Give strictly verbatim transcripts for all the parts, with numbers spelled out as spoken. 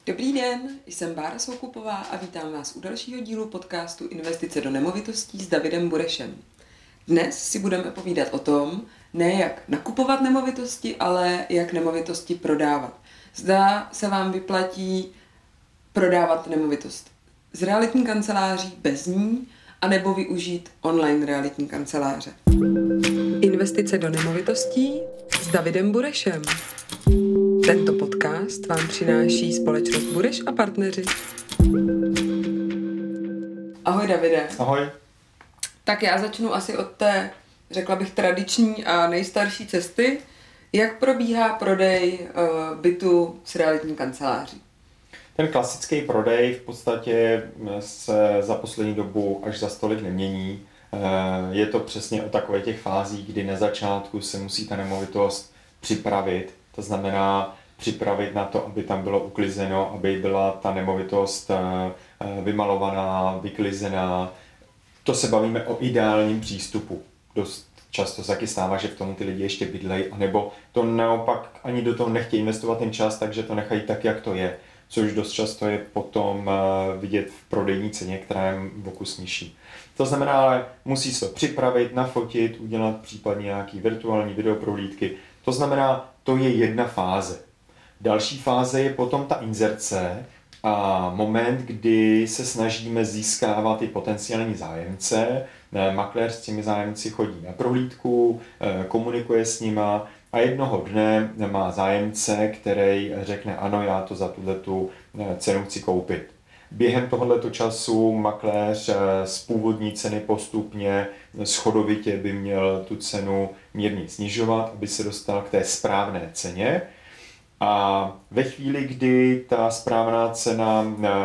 Dobrý den, jsem Bára Soukupová a vítám vás u dalšího dílu podcastu Investice do nemovitostí s Davidem Burešem. Dnes si budeme povídat o tom, ne jak nakupovat nemovitosti, ale jak nemovitosti prodávat. Zda se vám vyplatí prodávat nemovitost z realitní kanceláří bez ní, anebo využít online realitní kanceláře. Investice do nemovitostí s Davidem Burešem. Tento podcast vám přináší společnost Bureš a partneři. Ahoj Davide. Ahoj. Tak já začnu asi od té, řekla bych, tradiční a nejstarší cesty. Jak probíhá prodej uh, bytu s realitní kanceláří? Ten klasický prodej v podstatě se za poslední dobu až za stolik nemění. Je to přesně o takových těch fázích, kdy na začátku se musí ta nemovitost připravit. To znamená připravit na to, aby tam bylo uklizeno, aby byla ta nemovitost vymalovaná, vyklizená. To se bavíme o ideálním přístupu. Dost často se taky stává, že v tom ty lidi ještě bydlejí, anebo to naopak ani do toho nechtějí investovat ten čas, takže to nechají tak, jak to je. Což dost často je potom vidět v prodejní ceně, která je o kus nižší. To znamená, ale musí se to připravit, nafotit, udělat případně nějaký virtuální videoprohlídky. To znamená, to je jedna fáze. Další fáze je potom ta inzerce a moment, kdy se snažíme získávat ty potenciální zájemce. Makléř s těmi zájemci chodí na prohlídku, komunikuje s nima a jednoho dne má zájemce, který řekne ano, já to za tuhletu cenu chci koupit. Během tohoto času makléř z původní ceny postupně shodovitě by měl tu cenu mírně snižovat, aby se dostal k té správné ceně. A ve chvíli, kdy ta správná cena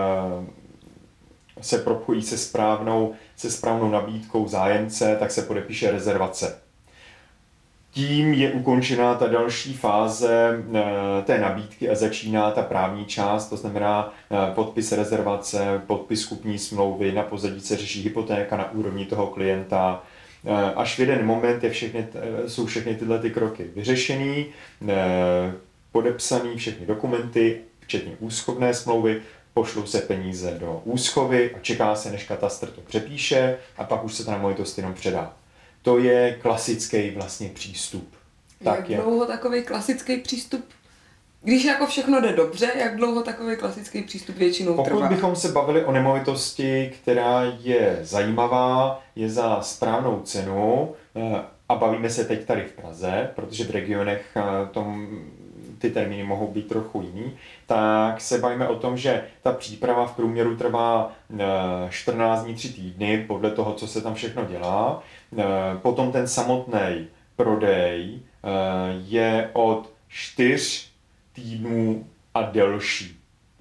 se propojí se správnou, se správnou nabídkou zájemce, tak se podepíše rezervace. Tím je ukončená ta další fáze té nabídky a začíná ta právní část, to znamená podpis rezervace, podpis kupní smlouvy, na pozadí se řeší hypotéka na úrovni toho klienta. Až v jeden moment je všechny, jsou všechny tyhle ty kroky vyřešený, podepsaný všechny dokumenty, včetně úschovné smlouvy, pošlou se peníze do úschovy a čeká se, než katastr to přepíše a pak už se ta nemovitost jenom předá. To je klasický vlastně přístup. Jak tak dlouho je. Takový klasický přístup, když jako všechno jde dobře, jak dlouho takový klasický přístup většinou Pokud trvá? Pokud bychom se bavili o nemovitosti, která je zajímavá, je za správnou cenu a bavíme se teď tady v Praze, protože v regionech tom, ty termíny mohou být trochu jiný, tak se bavíme o tom, že ta příprava v průměru trvá čtrnáct dní, tři týdny, podle toho, co se tam všechno dělá. Potom ten samotný prodej je od čtyř týdnů a delší.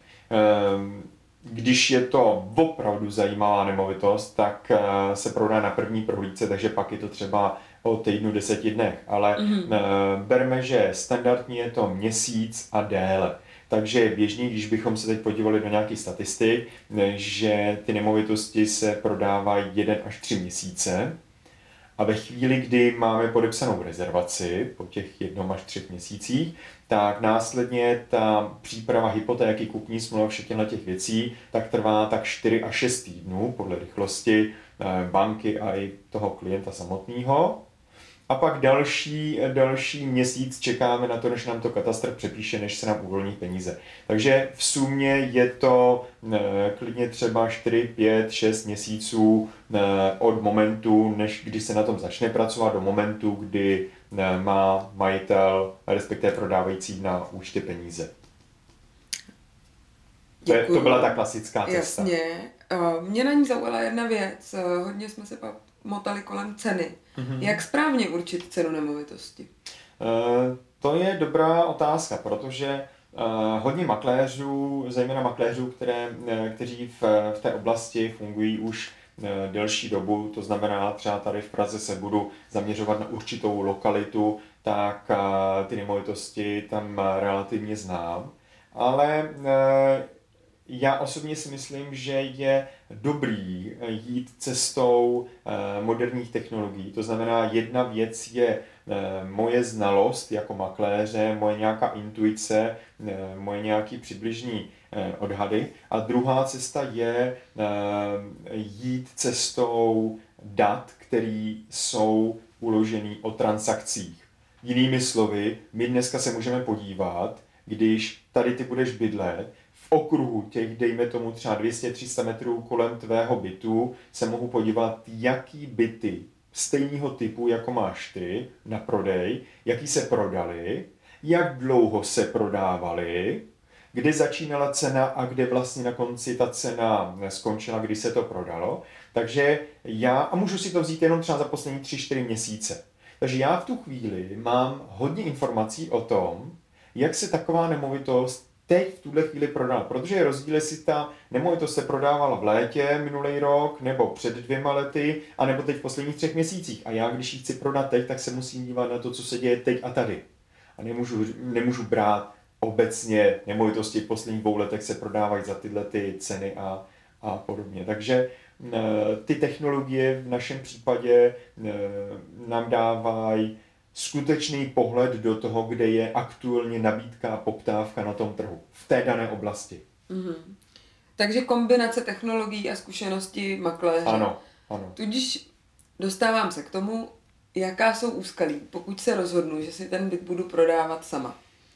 Když je to opravdu zajímavá nemovitost, tak se prodá na první prohlídce, takže pak je to třeba o týdnu, deseti dnech. Ale mm-hmm. berme, že standardně je to měsíc a déle. Takže je běžný, když bychom se teď podívali do nějakých statistik, že ty nemovitosti se prodávají jeden až tři měsíce. A ve chvíli, kdy máme podepsanou rezervaci po těch jednom až třech měsících, tak následně ta příprava hypotéky, kupní smlouva, všechny těch věcí, tak trvá tak čtyři až šest týdnů podle rychlosti banky a i toho klienta samotného. A pak další, další měsíc čekáme na to, než nám to katastr přepíše, než se nám uvolní peníze. Takže v sumě je to e, klidně třeba čtyři, pět, šest měsíců e, od momentu, než kdy se na tom začne pracovat, do momentu, kdy e, má majitel, respektive prodávající na účty peníze. To, je, to byla ta klasická cesta. Jasně. Mě na ní zaujala jedna věc. Hodně jsme se pak motali kolem ceny. Mm-hmm. Jak správně určit cenu nemovitosti? Uh, to je dobrá otázka, protože uh, hodně makléřů, zejména makléřů, které, kteří v, v té oblasti fungují už uh, delší dobu, to znamená třeba tady v Praze se budu zaměřovat na určitou lokalitu, tak uh, ty nemovitosti tam relativně znám, ale uh, já osobně si myslím, že je dobrý jít cestou moderních technologií. To znamená, jedna věc je moje znalost jako makléře, moje nějaká intuice, moje nějaký přibližný odhady. A druhá cesta je jít cestou dat, které jsou uložené o transakcích. Jinými slovy, my dneska se můžeme podívat, když tady ty budeš bydlet, v okruhu těch, dejme tomu třeba dvě stě až tři sta metrů kolem tvého bytu, se mohu podívat, jaký byty stejného typu, jako máš ty, na prodej, jaký se prodali, jak dlouho se prodávali, kde začínala cena a kde vlastně na konci ta cena skončila, kdy se to prodalo. Takže já, a můžu si to vzít jenom třeba za poslední tři čtyři měsíce. Takže já v tu chvíli mám hodně informací o tom, jak se taková nemovitost teď v tuhle chvíli prodala. Protože je rozdíl, jestli ta nemovitost se prodávala v létě minulý rok, nebo před dvěma lety, anebo teď v posledních třech měsících. A já, když ji chci prodat teď, tak se musím dívat na to, co se děje teď a tady. A nemůžu, nemůžu brát obecně nemovitosti v posledních dvou letech se prodávají za tyhle ty ceny a, a podobně. Takže ty technologie v našem případě nám dávají skutečný pohled do toho, kde je aktuálně nabídka a poptávka na tom trhu, v té dané oblasti. Mm-hmm. Takže kombinace technologií a zkušeností makléře. Ano, ano. Tudíž dostávám se k tomu, jaká jsou úskalí, pokud se rozhodnu, že si ten byt budu prodávat sama.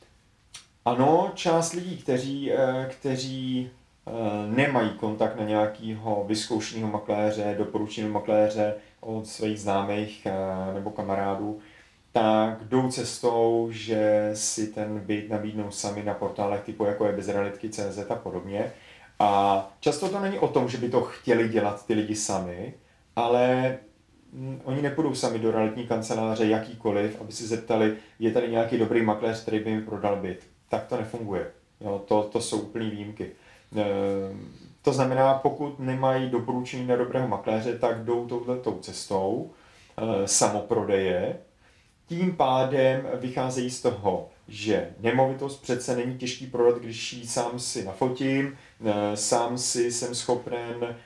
Ano, část lidí, kteří, kteří nemají kontakt na nějakého vyzkoušeného makléře, doporučeného makléře od svých známých nebo kamarádů, tak jdou cestou, že si ten byt nabídnou sami na portálech typu jako je bezrealitky tečka cé zet a podobně. A často to není o tom, že by to chtěli dělat ty lidi sami, ale oni nepůjdou sami do realitní kanceláře jakýkoliv, aby si zeptali, je tady nějaký dobrý makléř, který by mi prodal byt. Tak to nefunguje. Jo, to, to jsou úplný výjimky. E, to znamená, pokud nemají doporučení na dobrého makléře, tak jdou touhletou cestou e, samoprodeje. Tím pádem vycházejí z toho, že nemovitost přece není těžký prodat, když ji sám si nafotím, sám si jsem schopen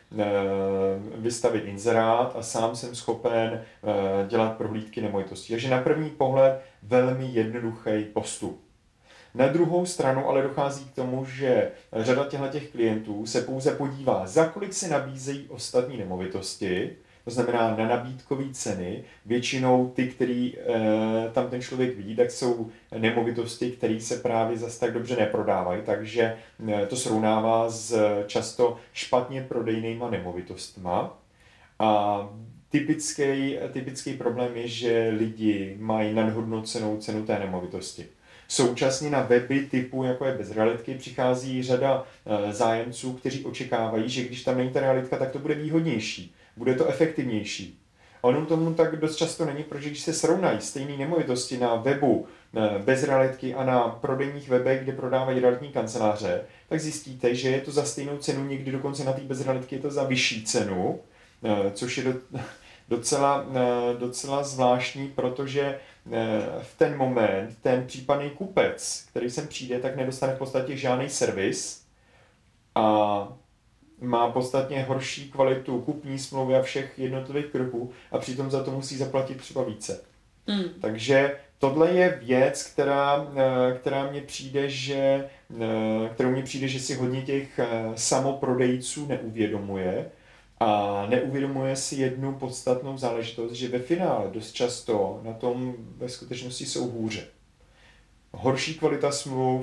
vystavit inzerát a sám jsem schopen dělat prohlídky nemovitostí. Takže na první pohled velmi jednoduchý postup. Na druhou stranu ale dochází k tomu, že řada těchto klientů se pouze podívá, za kolik se nabízejí ostatní nemovitosti, to znamená na nabídkové ceny. Většinou ty, který e, tam ten člověk vidí, tak jsou nemovitosti, které se právě zase tak dobře neprodávají, takže e, to srovnává s často špatně prodejnýma nemovitostma. A typický, typický problém je, že lidi mají nadhodnocenou cenu té nemovitosti. Současně na weby typu, jako je bezrealitky, přichází řada e, zájemců, kteří očekávají, že když tam není ta realitka, tak to bude výhodnější. Bude to efektivnější. Ono tomu tak dost často není, protože když se srovnají stejné nemovitosti na webu bez realitky a na prodejních webech, kde prodávají realitní kanceláře, tak zjistíte, že je to za stejnou cenu, někdy dokonce na té bez realitky je to za vyšší cenu, což je docela, docela zvláštní, protože v ten moment ten případný kupec, který sem přijde, tak nedostane v podstatě žádný servis a má podstatně horší kvalitu kupní smlouvy a všech jednotlivých kroků a přitom za to musí zaplatit třeba více. Mm. Takže tohle je věc, která, která mně přijde, že, kterou mně přijde, že si hodně těch samoprodejců neuvědomuje a neuvědomuje si jednu podstatnou záležitost, že ve finále dost často na tom ve skutečnosti jsou hůře. Horší kvalita smluv,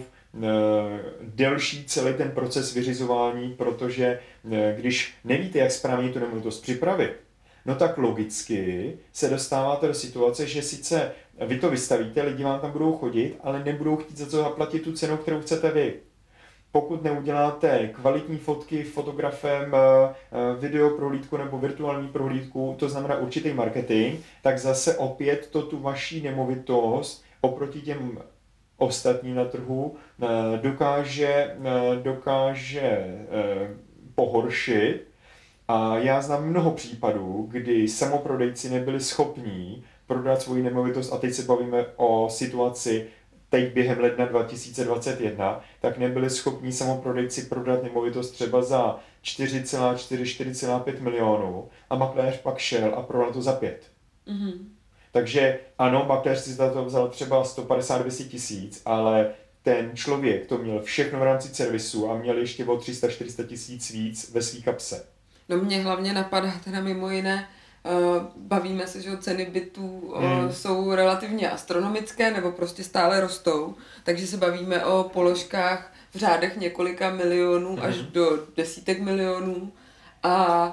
delší celý ten proces vyřizování, protože když nevíte, jak správně tu nemovitost připravit, no tak logicky se dostáváte do situace, že sice vy to vystavíte, lidi vám tam budou chodit, ale nebudou chtít za to zaplatit tu cenu, kterou chcete vy. Pokud neuděláte kvalitní fotky fotografem, video prohlídku nebo virtuální prohlídku, to znamená určitý marketing, tak zase opět to tu vaší nemovitost oproti těm ostatní na trhu dokáže, dokáže pohoršit. A já znám mnoho případů, kdy samoprodejci nebyli schopní prodat svoji nemovitost a teď se bavíme o situaci teď během ledna dva tisíce dvacet jedna, tak nebyli schopní samoprodejci prodat nemovitost třeba za čtyři celá čtyři, čtyři celá pět milionů a makléř pak šel a prodal to za pět. Mm-hmm. Takže ano, makléř si za to vzal třeba sto padesát až dvě stě tisíc, ale ten člověk to měl všechno v rámci servisu a měl ještě o tři sta až čtyři sta tisíc víc ve svý kapse. No mě hlavně napadá teda mimo jiné, uh, bavíme se, že ceny bytů uh, hmm. jsou relativně astronomické nebo prostě stále rostou, takže se bavíme o položkách v řádech několika milionů hmm. až do desítek milionů a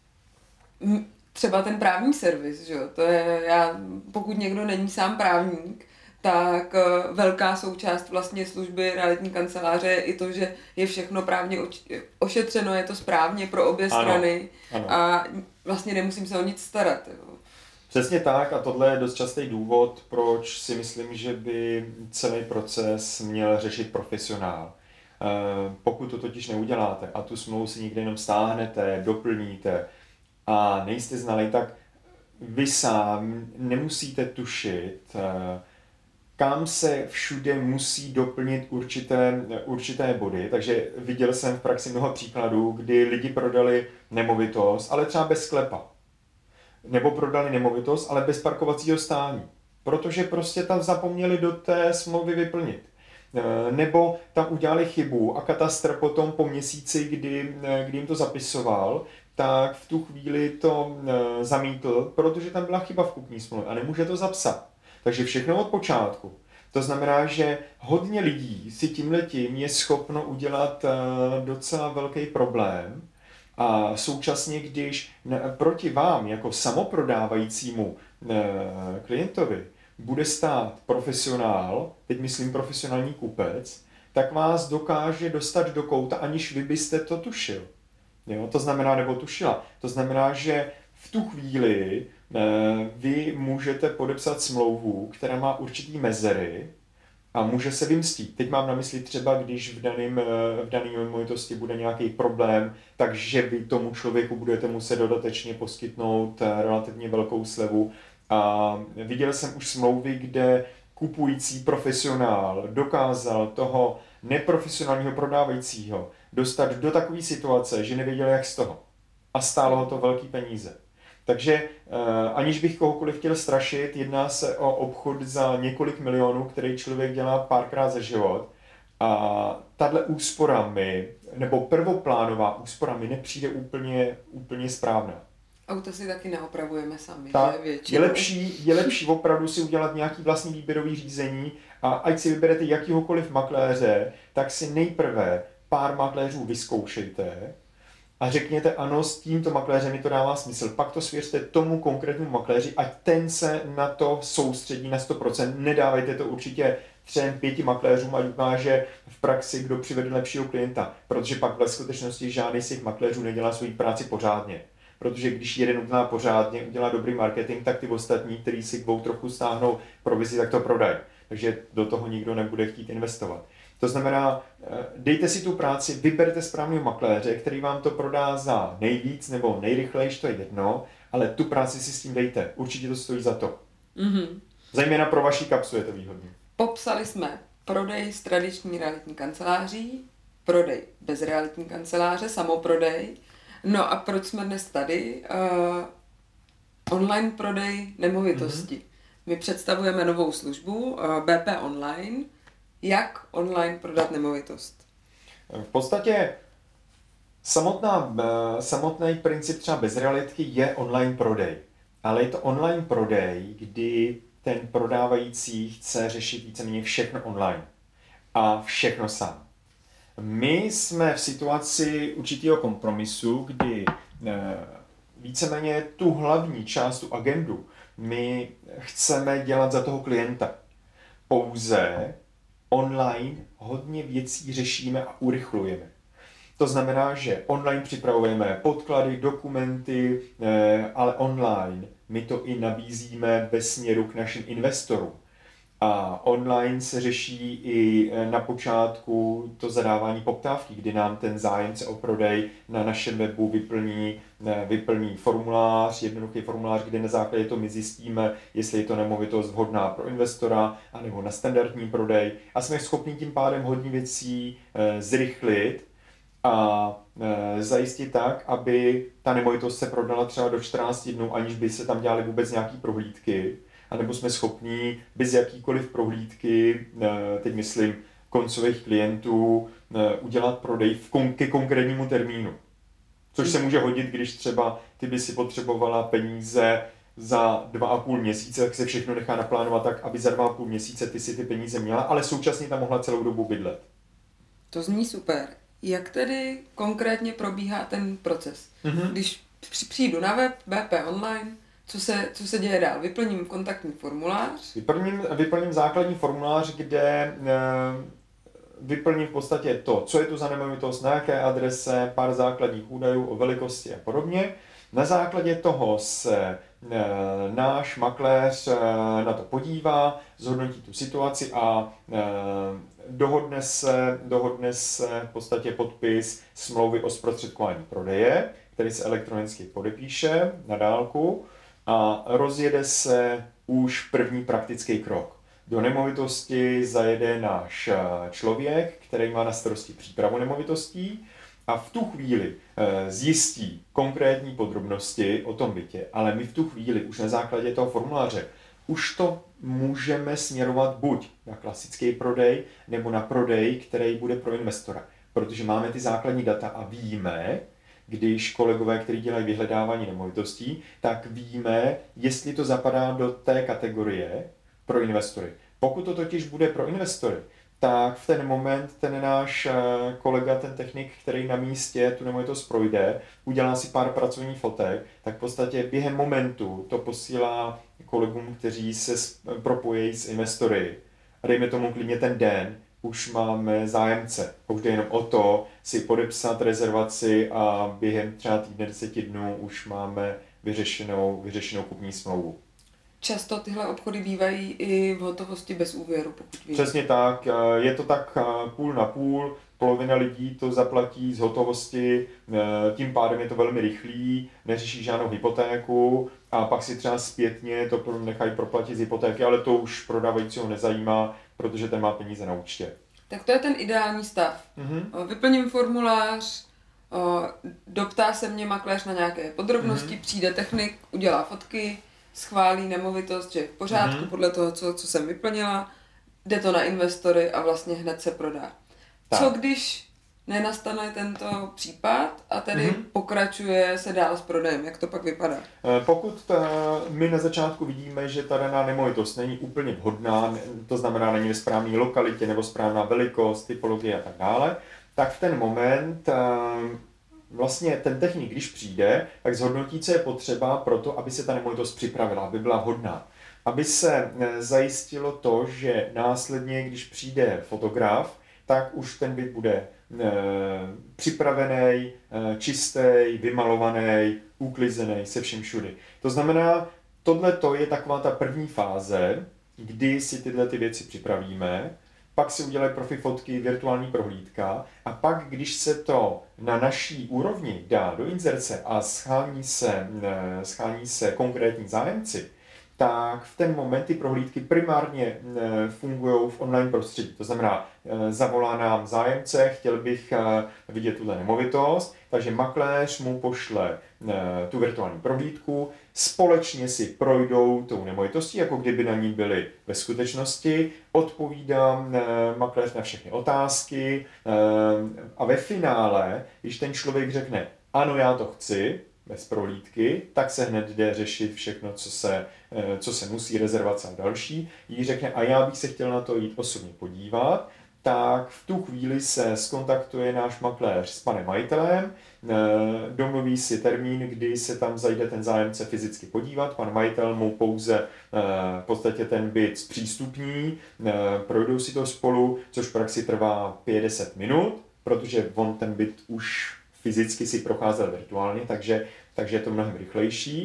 m- třeba ten právní servis, že jo, to je, já, pokud někdo není sám právník, tak uh, velká součást vlastně služby realitní kanceláře je i to, že je všechno právně oč- ošetřeno, je to správně pro obě ano, strany ano. A vlastně nemusím se o nic starat. Jo. Přesně tak a tohle je dost častý důvod, proč si myslím, že by celý proces měl řešit profesionál. Uh, pokud to totiž neuděláte a tu smlouvu si někde jenom stáhnete, doplníte a nejste znalý, tak vy sám nemusíte tušit, uh, kam se všude musí doplnit určité, určité body. Takže viděl jsem v praxi mnoho příkladů, kdy lidi prodali nemovitost, ale třeba bez sklepa. Nebo prodali nemovitost, ale bez parkovacího stání. Protože prostě tam zapomněli do té smlouvy vyplnit. Nebo tam udělali chybu a katastr potom po měsíci, kdy, kdy jim to zapisoval, tak v tu chvíli to zamítl, protože tam byla chyba v kupní smlouvě a nemůže to zapsat. Takže všechno od počátku. To znamená, že hodně lidí si tímhletím je schopno udělat docela velký problém a současně, když proti vám jako samoprodávajícímu klientovi bude stát profesionál, teď myslím profesionální kupec, tak vás dokáže dostat do kouta, aniž vy byste to tušil. Jo? To znamená, nebo tušila. To znamená, že v tu chvíli vy můžete podepsat smlouvu, která má určitý mezery a může se vymstít. Teď mám na mysli třeba, když v daném v daný nemovitosti bude nějaký problém, takže vy tomu člověku budete muset dodatečně poskytnout relativně velkou slevu. A viděl jsem už smlouvy, kde kupující profesionál dokázal toho neprofesionálního prodávajícího dostat do takové situace, že nevěděl, jak z toho. A stálo ho to velký peníze. Takže aniž bych kohokoliv chtěl strašit, jedná se o obchod za několik milionů, který člověk dělá párkrát za život. A tahle úspora mi, nebo prvoplánová úspora mi nepřijde úplně, úplně správná. Auta si taky neopravujeme sami, tak, že je lepší, je lepší opravdu si udělat nějaký vlastní výběrový řízení a ať si vyberete jakýhokoliv makléře, tak si nejprve pár makléřů vyzkoušejte a řekněte ano, s tímto makléřem mi to dává smysl. Pak to svěřte tomu konkrétnímu makléři, ať ten se na to soustředí na sto procent. Nedávejte to určitě třem, pěti makléřům a ukáže v praxi, kdo přivede lepšího klienta, protože pak ve skutečnosti žádný z těch makléřů nedělá svou práci pořádně. Protože když jeden udělá pořádně, udělá dobrý marketing, tak ty ostatní, kteří si budou trochu stáhnou provizi, tak to prodají. Takže do toho nikdo nebude chtít investovat. To znamená, dejte si tu práci, vyberte správného makléře, který vám to prodá za nejvíc nebo nejrychlejší, to je jedno, ale tu práci si s tím dejte. Určitě to stojí za to. Mm-hmm. Zejména pro vaši kapsu je to výhodné. Popsali jsme prodej z tradiční realitní kanceláří, prodej bez realitní kanceláře, samoprodej. No a proč jsme dnes tady? Uh, online prodej nemovitosti. Mm-hmm. My představujeme novou službu uh, B P Online. Jak online prodat nemovitost? V podstatě samotná, samotný princip třeba bez realitky je online prodej. Ale je to online prodej, kdy ten prodávající chce řešit víceméně všechno online. A všechno sám. My jsme v situaci určitého kompromisu, kdy víceméně tu hlavní část, tu agendu, my chceme dělat za toho klienta. Pouze online hodně věcí řešíme a urychlujeme. To znamená, že online připravujeme podklady, dokumenty, ale online my to i nabízíme ve směru k našim investorům. A online se řeší i na počátku to zadávání poptávky, kdy nám ten zájemce o prodej na našem webu vyplní, vyplní formulář, jednoduchý formulář, kde na základě toho my zjistíme, jestli je to nemovitost vhodná pro investora, anebo na standardní prodej. A jsme schopni tím pádem hodně věcí zrychlit a zajistit tak, aby ta nemovitost se prodala třeba do čtrnácti dnů, aniž by se tam dělaly vůbec nějaký prohlídky. A nebo jsme schopni bez jakýkoliv prohlídky, teď myslím koncových klientů, udělat prodej v kon- ke konkrétnímu termínu. Což se může hodit, když třeba ty by si potřebovala peníze za dva a půl měsíce, tak se všechno nechá naplánovat tak, aby za dva a půl měsíce ty si ty peníze měla, ale současně tam mohla celou dobu bydlet. To zní super. Jak tedy konkrétně probíhá ten proces? Mm-hmm. Když přijdu na web bé pé Online, Co se, co se děje dál? Vyplním kontaktní formulář? Vyplním, vyplním základní formulář, kde e, vyplním v podstatě to, co je to za nemovitost, na jaké adrese, pár základních údajů o velikosti a podobně. Na základě toho se e, náš makléř e, na to podívá, zhodnotí tu situaci a e, dohodne se, dohodne se v podstatě podpis smlouvy o zprostředkování prodeje, který se elektronicky podepíše na dálku. A rozjede se už první praktický krok. Do nemovitosti zajede náš člověk, který má na starosti přípravu nemovitostí a v tu chvíli zjistí konkrétní podrobnosti o tom bytě, ale my v tu chvíli už na základě toho formuláře už to můžeme směrovat buď na klasický prodej nebo na prodej, který bude pro investora. Protože máme ty základní data a víme, když kolegové, kteří dělají vyhledávání nemovitostí, tak víme, jestli to zapadá do té kategorie pro investory. Pokud to totiž bude pro investory, tak v ten moment ten náš kolega, ten technik, který na místě tu nemovitost projde, udělá si pár pracovních fotek, tak v podstatě během momentu to posílá kolegům, kteří se propojí s investory. A dejme tomu klidně ten den, už máme zájemce. Už jde jenom o to si podepsat rezervaci a během třeba týdne, deseti dnů už máme vyřešenou, vyřešenou kupní smlouvu. Často tyhle obchody bývají i v hotovosti bez úvěru, pokud vím. Přesně tak, je to tak půl na půl, polovina lidí to zaplatí z hotovosti, tím pádem je to velmi rychlý, neřeší žádnou hypotéku a pak si třeba zpětně to nechají proplatit z hypotéky, ale to už prodávajícího nezajímá, protože ten má peníze na účtě. Tak to je ten ideální stav. Mm-hmm. Vyplním formulář, doptá se mě makléř na nějaké podrobnosti, mm-hmm. přijde technik, udělá fotky, schválí nemovitost, že je v pořádku mm-hmm. podle toho, co, co jsem vyplnila, jde to na investory a vlastně hned se prodá. Tak. Co když nenastane tento případ a tedy mm-hmm. pokračuje se dál s prodejem? Jak to pak vypadá? Pokud ta, my na začátku vidíme, že ta daná nemovitost není úplně vhodná, to znamená není ve správné lokalitě nebo správná velikost, typologie a tak dále, tak v ten moment vlastně ten technik, když přijde, tak zhodnotí, co je potřeba pro to, aby se ta nemovitost připravila, aby byla vhodná. Aby se zajistilo to, že následně, když přijde fotograf, tak už ten byt bude e, připravený, e, čistý, vymalovaný, uklizený, se vším všudy. To znamená, tohleto je taková ta první fáze, kdy si tyhle ty věci připravíme, pak si udělají profi fotky, virtuální prohlídka a pak, když se to na naší úrovni dá do inzerce a schání se, e, schání se konkrétní zájemci, tak v ten moment ty prohlídky primárně fungují v online prostředí. To znamená, zavolá nám zájemce, chtěl bych vidět tuhle nemovitost, takže makléř mu pošle tu virtuální prohlídku, společně si projdou tou nemovitostí, jako kdyby na ní byli ve skutečnosti, odpovídám makléř na všechny otázky a ve finále, když ten člověk řekne, ano, já to chci, bez prohlídky, tak se hned jde řešit všechno, co se, co se musí, rezervace a další. Jí řekne, a já bych se chtěl na to jít osobně podívat, tak v tu chvíli se skontaktuje náš makléř s panem majitelem, domluví si termín, kdy se tam zajde ten zájemce fyzicky podívat, pan majitel mu pouze v podstatě ten byt zpřístupní, projdou si to spolu, což v praxi trvá pět až deset minut, protože on ten byt už fyzicky si procházel virtuálně, takže, takže je to mnohem rychlejší.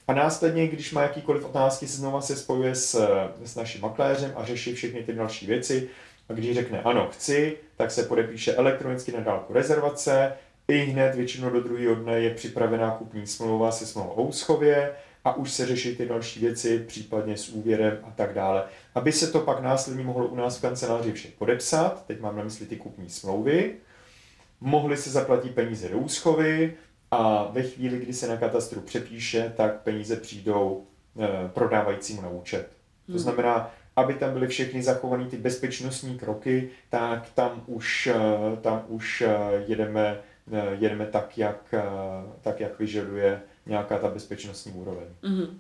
A následně, když má jakýkoliv otázky, se znovu se spojuje s, s naším makléřem a řeší všechny ty další věci. A když řekne ano, chci, tak se podepíše elektronicky na dálku rezervace. I hned většinou do druhého dne je připravená kupní smlouva se smlouvou o úschově a už se řeší ty další věci, případně s úvěrem a tak dále. Aby se to pak následně mohlo u nás v kanceláři vše podepsat, teď mám na mysli ty kupní smlouvy, mohli se zaplatit peníze do úschovy a ve chvíli, kdy se na katastru přepíše, tak peníze přijdou e, prodávajícímu na účet. Hmm. To znamená, aby tam byly všechny zachované ty bezpečnostní kroky, tak tam už, tam už jedeme, jedeme tak, jak, tak, jak vyžaduje nějaká ta bezpečnostní úroveň. Mm-hmm.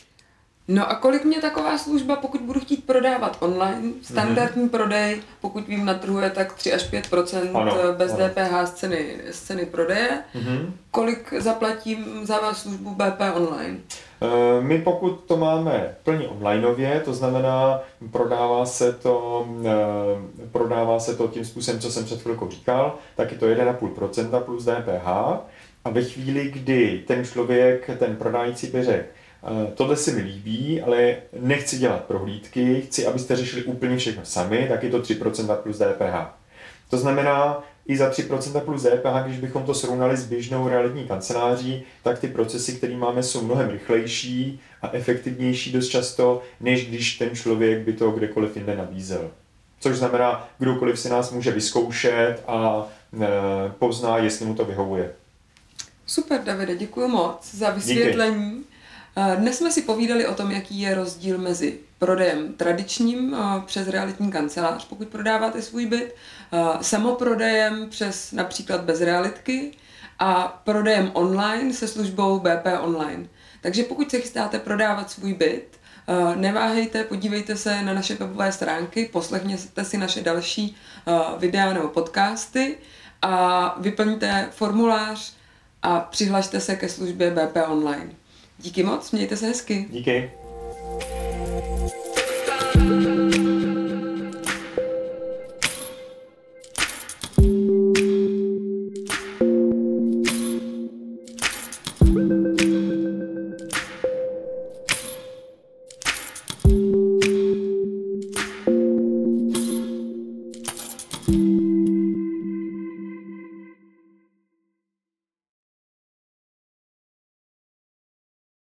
No a kolik mě taková služba, pokud budu chtít prodávat online, standardní mm-hmm. prodej, pokud vím na trhu je tak tři až pět procent ano, bez ano. D P H z ceny, z ceny prodeje, mm-hmm. kolik zaplatím za vás službu B P online? My pokud to máme plně onlineově, to znamená prodává se to, prodává se to tím způsobem, co jsem před chvilkou říkal, tak je to jedna celá pět procenta plus D P H a ve chvíli, kdy ten člověk, ten prodájící by řekl, tohle se mi líbí, ale nechci dělat prohlídky, chci, abyste řešili úplně všechno sami, tak je to tři procenta plus D P H. To znamená, i za tři procenta plus D P H, když bychom to srovnali s běžnou realitní kanceláří, tak ty procesy, které máme, jsou mnohem rychlejší a efektivnější dost často, než když ten člověk by to kdekoliv jinde nabízel. Což znamená, kdokoliv si nás může vyzkoušet a e, pozná, jestli mu to vyhovuje. Super, Davide, děkuji moc za vysvětlení. Díky. Dnes jsme si povídali o tom, jaký je rozdíl mezi prodejem tradičním přes realitní kancelář, pokud prodáváte svůj byt, samoprodejem přes například bez realitky a prodejem online se službou B P online. Takže pokud se chystáte prodávat svůj byt, neváhejte, podívejte se na naše webové stránky, poslechněte si naše další videa nebo podcasty a vyplňte formulář a přihlašte se ke službě B P online. Díky moc, mějte se hezky. Díky.